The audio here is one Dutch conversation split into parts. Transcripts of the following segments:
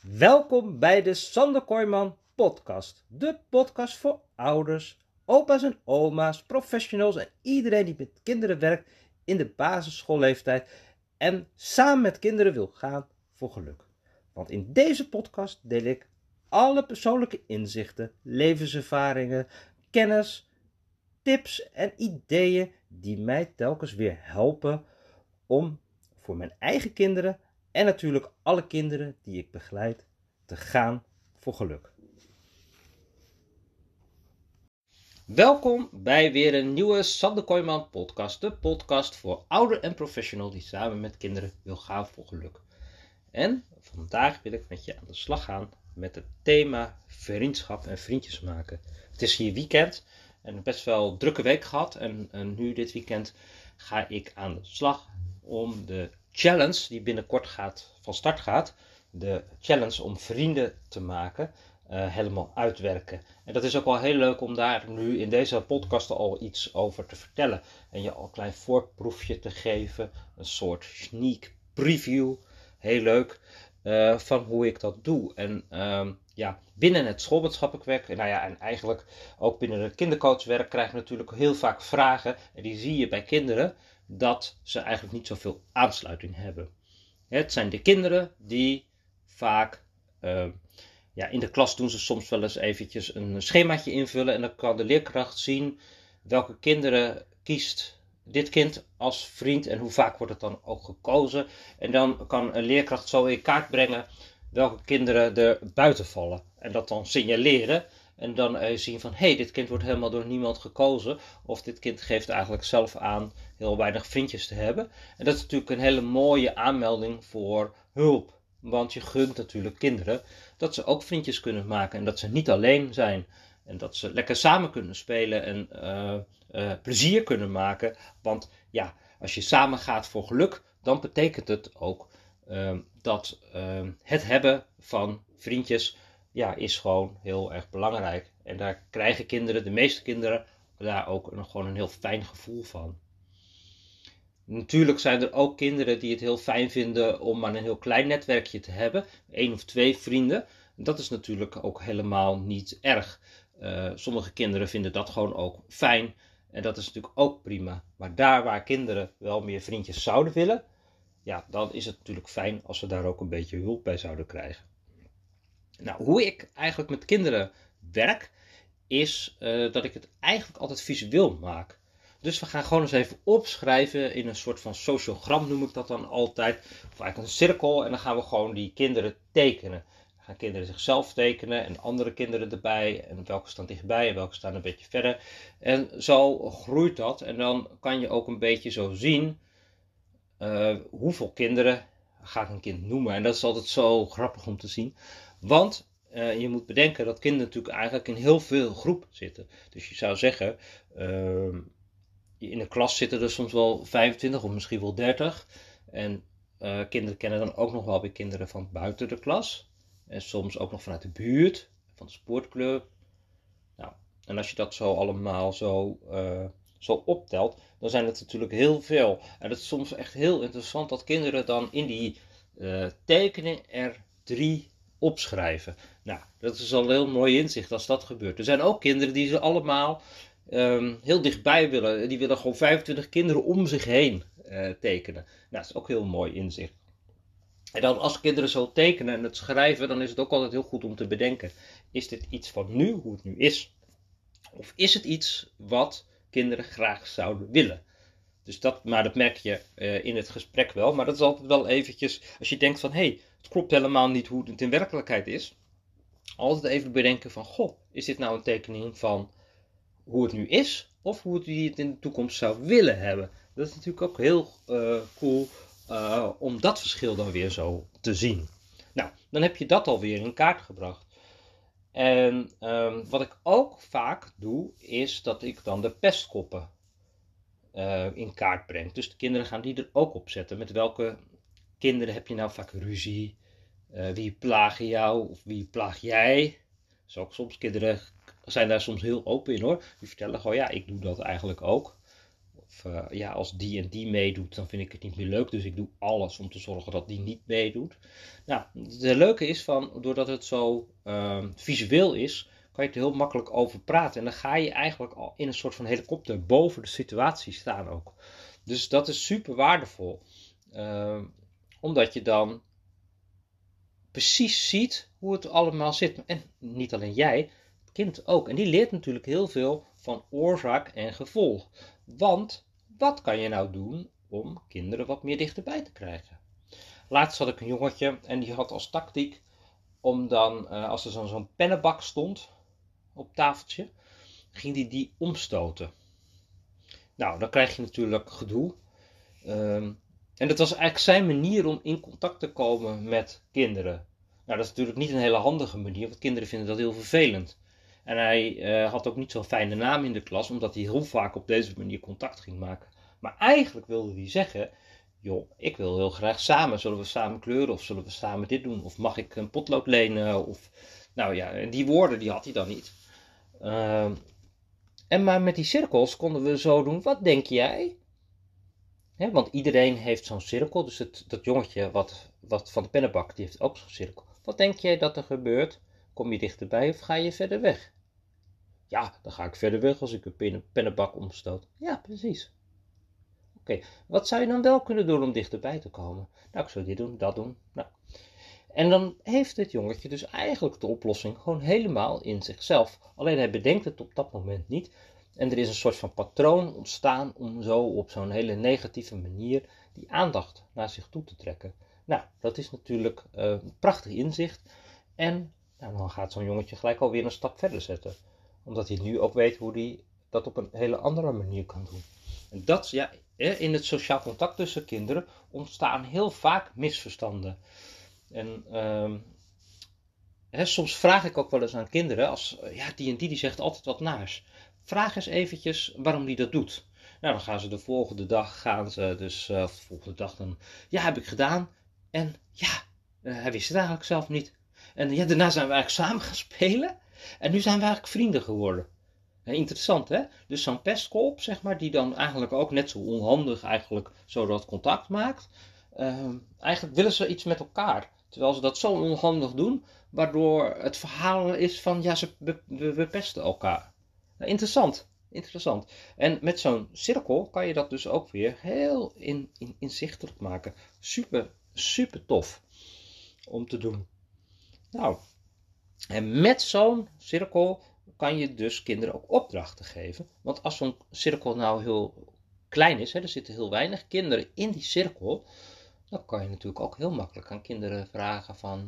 Welkom bij de Sander Kooijman podcast. De podcast voor ouders, opa's en oma's, professionals en iedereen die met kinderen werkt in de basisschoolleeftijd en samen met kinderen wil gaan voor geluk. Want in deze podcast deel ik alle persoonlijke inzichten, levenservaringen, kennis, tips en ideeën die mij telkens weer helpen om voor mijn eigen kinderen en natuurlijk alle kinderen die ik begeleid te gaan voor geluk. Welkom bij weer een nieuwe Sander Kooijman podcast. De podcast voor ouder en professional die samen met kinderen wil gaan voor geluk. En vandaag wil ik met je aan de slag gaan met het thema vriendschap en vriendjes maken. Het is hier weekend en best wel drukke week gehad. En nu dit weekend ga ik aan de slag om de challenge die binnenkort van start gaat. De challenge om vrienden te maken. Helemaal uitwerken. En dat is ook wel heel leuk om daar nu in deze podcast al iets over te vertellen. En je al een klein voorproefje te geven. Een soort sneak preview. Heel leuk. Van hoe ik dat doe. En binnen het schoolmaatschappelijk werk. En eigenlijk ook binnen het kindercoachwerk krijg je natuurlijk heel vaak vragen. En die zie je bij kinderen. Dat ze eigenlijk niet zoveel aansluiting hebben. Het zijn de kinderen die vaak... in de klas doen ze soms wel eens eventjes een schemaatje invullen. En dan kan de leerkracht zien welke kinderen kiest dit kind als vriend. En hoe vaak wordt het dan ook gekozen. En dan kan een leerkracht zo in kaart brengen welke kinderen er buiten vallen. En dat dan signaleren. En dan zien van, dit kind wordt helemaal door niemand gekozen. Of dit kind geeft eigenlijk zelf aan heel weinig vriendjes te hebben. En dat is natuurlijk een hele mooie aanmelding voor hulp. Want je gunt natuurlijk kinderen dat ze ook vriendjes kunnen maken. En dat ze niet alleen zijn. En dat ze lekker samen kunnen spelen en plezier kunnen maken. Want als je samen gaat voor geluk, dan betekent het ook dat het hebben van vriendjes is gewoon heel erg belangrijk. En daar krijgen kinderen, de meeste kinderen, daar ook gewoon een heel fijn gevoel van. Natuurlijk zijn er ook kinderen die het heel fijn vinden om maar een heel klein netwerkje te hebben. 1 of 2 vrienden. Dat is natuurlijk ook helemaal niet erg. Sommige kinderen vinden dat gewoon ook fijn. En dat is natuurlijk ook prima. Maar daar waar kinderen wel meer vriendjes zouden willen, dan is het natuurlijk fijn als we daar ook een beetje hulp bij zouden krijgen. Nou, hoe ik eigenlijk met kinderen werk, is dat ik het eigenlijk altijd visueel maak. Dus we gaan gewoon eens even opschrijven in een soort van sociogram, noem ik dat dan altijd. Of eigenlijk een cirkel, en dan gaan we gewoon die kinderen tekenen. Dan gaan kinderen zichzelf tekenen en andere kinderen erbij. En welke staan dichtbij en welke staan een beetje verder. En zo groeit dat. En dan kan je ook een beetje zo zien hoeveel kinderen ga ik een kind noemen. En dat is altijd zo grappig om te zien. Want je moet bedenken dat kinderen natuurlijk eigenlijk in heel veel groep zitten. Dus je zou zeggen, in de klas zitten er soms wel 25 of misschien wel 30. En kinderen kennen dan ook nog wel weer kinderen van buiten de klas. En soms ook nog vanuit de buurt, van de sportclub. Nou, en als je dat zo allemaal zo optelt, dan zijn het natuurlijk heel veel. En het is soms echt heel interessant dat kinderen dan in die tekening er 3 opschrijven. Nou, dat is al een heel mooi inzicht als dat gebeurt. Er zijn ook kinderen die ze allemaal heel dichtbij willen. Die willen gewoon 25 kinderen om zich heen tekenen. Nou, dat is ook heel mooi inzicht. En dan als kinderen zo tekenen en het schrijven, dan is het ook altijd heel goed om te bedenken. Is dit iets van nu, hoe het nu is? Of is het iets wat kinderen graag zouden willen? Dus dat merk je in het gesprek wel. Maar dat is altijd wel eventjes, als je denkt van, het klopt helemaal niet hoe het in werkelijkheid is. Altijd even bedenken van, is dit nou een tekening van hoe het nu is? Of hoe het in de toekomst zou willen hebben? Dat is natuurlijk ook heel cool om dat verschil dan weer zo te zien. Nou, dan heb je dat alweer in kaart gebracht. En wat ik ook vaak doe, is dat ik dan de pestkoppen in kaart breng. Dus de kinderen gaan die er ook op zetten. Met welke kinderen heb je nou vaak ruzie? Wie plagen jou of wie plaag jij? Dus ook soms kinderen zijn daar soms heel open in hoor. Die vertellen gewoon, ik doe dat eigenlijk ook. Of als die en die meedoet, dan vind ik het niet meer leuk. Dus ik doe alles om te zorgen dat die niet meedoet. Nou, het leuke is doordat het zo visueel is, kan je er heel makkelijk over praten. En dan ga je eigenlijk al in een soort van helikopter boven de situatie staan ook. Dus dat is super waardevol. Omdat je dan precies ziet hoe het allemaal zit. En niet alleen jij, het kind ook. En die leert natuurlijk heel veel van oorzaak en gevolg. Want wat kan je nou doen om kinderen wat meer dichterbij te krijgen? Laatst had ik een jongetje en die had als tactiek om dan, als er zo'n pennenbak stond op tafeltje, ging die omstoten. Nou, dan krijg je natuurlijk gedoe. En dat was eigenlijk zijn manier om in contact te komen met kinderen. Nou, dat is natuurlijk niet een hele handige manier, want kinderen vinden dat heel vervelend. En hij had ook niet zo'n fijne naam in de klas, omdat hij heel vaak op deze manier contact ging maken. Maar eigenlijk wilde hij zeggen, joh, ik wil heel graag samen. Zullen we samen kleuren of zullen we samen dit doen? Of mag ik een potlood lenen? Of, nou ja, en die woorden die had hij dan niet. Maar met die cirkels konden we zo doen, wat denk jij? Want iedereen heeft zo'n cirkel, dus dat jongetje wat van de pennenbak, die heeft ook zo'n cirkel. Wat denk jij dat er gebeurt? Kom je dichterbij of ga je verder weg? Ja, dan ga ik verder weg als ik een pennenbak omstoot. Ja, precies. Oké, wat zou je dan wel kunnen doen om dichterbij te komen? Nou, ik zou dit doen, dat doen. Nou. En dan heeft dit jongetje dus eigenlijk de oplossing gewoon helemaal in zichzelf. Alleen hij bedenkt het op dat moment niet. En er is een soort van patroon ontstaan om zo op zo'n hele negatieve manier die aandacht naar zich toe te trekken. Nou, dat is natuurlijk een prachtig inzicht. En dan gaat zo'n jongetje gelijk alweer een stap verder zetten. Omdat hij nu ook weet hoe hij dat op een hele andere manier kan doen. En dat, ja, in het sociaal contact tussen kinderen ontstaan heel vaak misverstanden. En soms vraag ik ook wel eens aan kinderen, als die en die zegt altijd wat naars. Vraag eens eventjes waarom die dat doet. Nou, dan gaan ze de volgende dag, de volgende dag dan, ja, heb ik gedaan. En ja, hij wist het eigenlijk zelf niet. En ja, daarna zijn we eigenlijk samen gaan spelen. En nu zijn we eigenlijk vrienden geworden. Interessant, hè? Dus zo'n pestkop, zeg maar, die dan eigenlijk ook net zo onhandig eigenlijk zo dat contact maakt. Eigenlijk willen ze iets met elkaar. Terwijl ze dat zo onhandig doen, waardoor het verhaal is van, ja, we pesten elkaar. Nou, interessant. En met zo'n cirkel kan je dat dus ook weer heel inzichtelijk maken. Super, super tof om te doen. Nou, en met zo'n cirkel kan je dus kinderen ook opdrachten geven. Want als zo'n cirkel nou heel klein is, er zitten heel weinig kinderen in die cirkel, dan kan je natuurlijk ook heel makkelijk aan kinderen vragen van,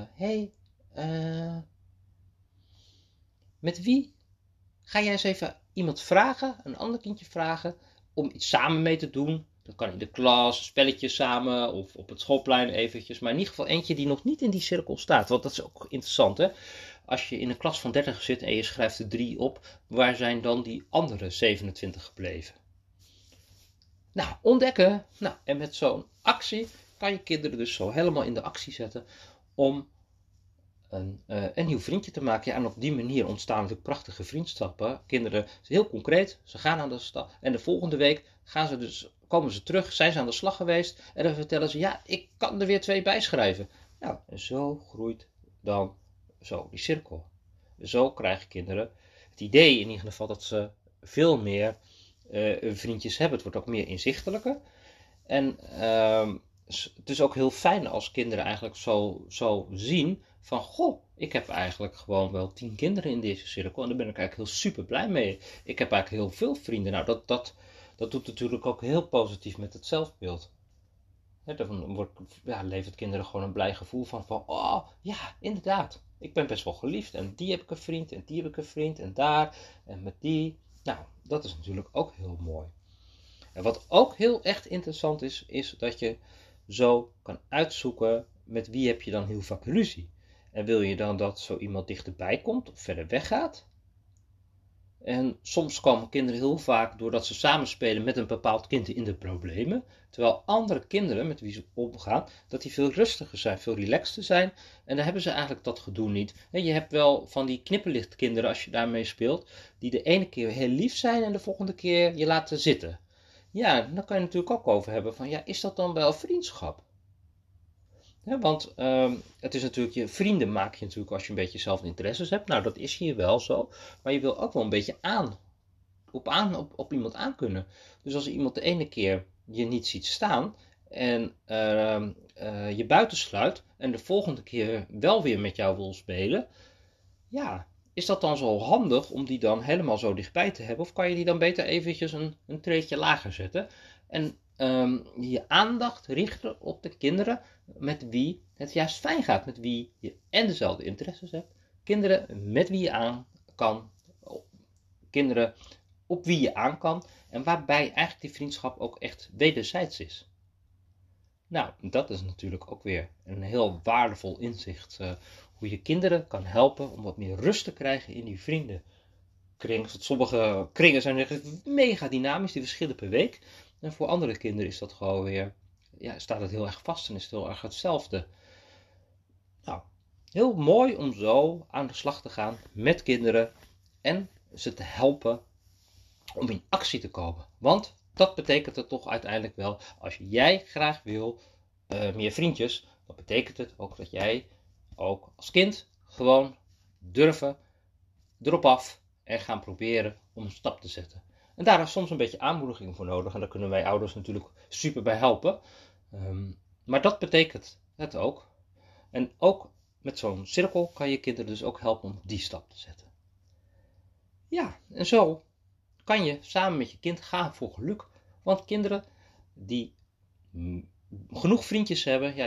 met wie ga jij eens even iemand vragen, een ander kindje vragen, om iets samen mee te doen. Dat kan in de klas, spelletjes samen of op het schoolplein eventjes. Maar in ieder geval eentje die nog niet in die cirkel staat. Want dat is ook interessant, hè. Als je in een klas van 30 zit en je schrijft er 3 op, waar zijn dan die andere 27 gebleven? Nou, ontdekken. Nou, en met zo'n actie kan je kinderen dus zo helemaal in de actie zetten om een nieuw vriendje te maken. Ja, en op die manier ontstaan natuurlijk prachtige vriendschappen. Kinderen, heel concreet, ze gaan aan de slag. En de volgende week komen ze terug, zijn ze aan de slag geweest. En dan vertellen ze, ja, ik kan er weer 2 bij schrijven. Nou, en zo groeit dan zo die cirkel. Zo krijgen kinderen het idee in ieder geval dat ze veel meer vriendjes hebben. Het wordt ook meer inzichtelijker. En het is ook heel fijn als kinderen eigenlijk zo zien van, goh, ik heb eigenlijk gewoon wel 10 kinderen in deze cirkel en daar ben ik eigenlijk heel super blij mee. Ik heb eigenlijk heel veel vrienden. Nou, dat doet natuurlijk ook heel positief met het zelfbeeld. Dan levert kinderen gewoon een blij gevoel van, oh, ja, inderdaad, ik ben best wel geliefd en die heb ik een vriend en die heb ik een vriend en daar en met die. Nou, dat is natuurlijk ook heel mooi. En wat ook heel echt interessant is dat je zo kan uitzoeken met wie heb je dan heel vaak ruzie. En wil je dan dat zo iemand dichterbij komt of verder weggaat? En soms komen kinderen heel vaak doordat ze samenspelen met een bepaald kind in de problemen. Terwijl andere kinderen met wie ze omgaan, dat die veel rustiger zijn, veel relaxter zijn. En dan hebben ze eigenlijk dat gedoe niet. En je hebt wel van die knipperlichtkinderen als je daarmee speelt, die de ene keer heel lief zijn en de volgende keer je laten zitten. Ja, dan kan je natuurlijk ook over hebben van, ja, is dat dan wel vriendschap? Want het is natuurlijk, je vrienden maak je natuurlijk als je een beetje zelfinteresses hebt. Nou, dat is hier wel zo. Maar je wil ook wel een beetje op iemand aan kunnen. Dus als iemand de ene keer je niet ziet staan en je buitensluit en de volgende keer wel weer met jou wil spelen, ja, is dat dan zo handig om die dan helemaal zo dichtbij te hebben? Of kan je die dan beter eventjes een treedje lager zetten en je aandacht richten op de kinderen met wie het juist fijn gaat, met wie je en dezelfde interesses hebt, kinderen met wie je aan kan, kinderen op wie je aan kan en waarbij eigenlijk die vriendschap ook echt wederzijds is. Nou, dat is natuurlijk ook weer een heel waardevol inzicht. Hoe je kinderen kan helpen om wat meer rust te krijgen in die vriendenkring. Sommige kringen zijn echt mega dynamisch, die verschillen per week. En voor andere kinderen is dat gewoon weer, ja, staat het heel erg vast en is het heel erg hetzelfde. Nou, heel mooi om zo aan de slag te gaan met kinderen en ze te helpen om in actie te komen. Want dat betekent het toch uiteindelijk wel, als jij graag wil meer vriendjes, dan betekent het ook dat jij ook als kind gewoon durven erop af en gaan proberen om een stap te zetten. En daar is soms een beetje aanmoediging voor nodig en daar kunnen wij ouders natuurlijk super bij helpen. Maar dat betekent het ook. En ook met zo'n cirkel kan je kinderen dus ook helpen om die stap te zetten. Ja, en zo kan je samen met je kind gaan voor geluk. Want kinderen die genoeg vriendjes hebben,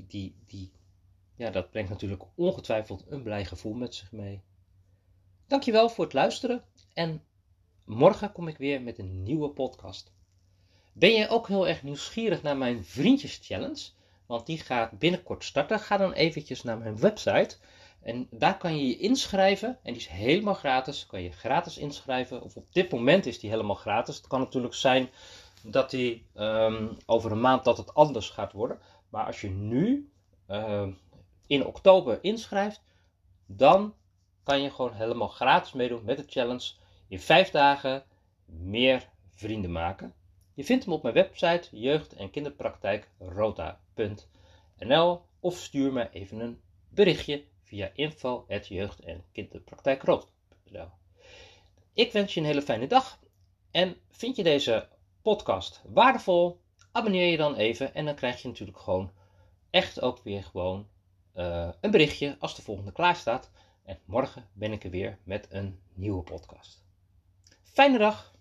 ja, dat brengt natuurlijk ongetwijfeld een blij gevoel met zich mee. Dankjewel voor het luisteren en morgen kom ik weer met een nieuwe podcast. Ben je ook heel erg nieuwsgierig naar mijn Vriendjes Challenge? Want die gaat binnenkort starten. Ga dan eventjes naar mijn website. En daar kan je je inschrijven. En die is helemaal gratis. Kan je gratis inschrijven. Of op dit moment is die helemaal gratis. Het kan natuurlijk zijn dat die over een maand dat het anders gaat worden. Maar als je nu in oktober inschrijft, dan kan je gewoon helemaal gratis meedoen met de challenge. In 5 dagen meer vrienden maken. Je vindt hem op mijn website jeugd- en kinderpraktijkrota.nl of stuur me even een berichtje via info@jeugd-en-kinderpraktijkrota.nl. Ik wens je een hele fijne dag en vind je deze podcast waardevol? Abonneer je dan even en dan krijg je natuurlijk gewoon echt ook weer gewoon een berichtje als de volgende klaar staat. En morgen ben ik er weer met een nieuwe podcast. Fijne dag!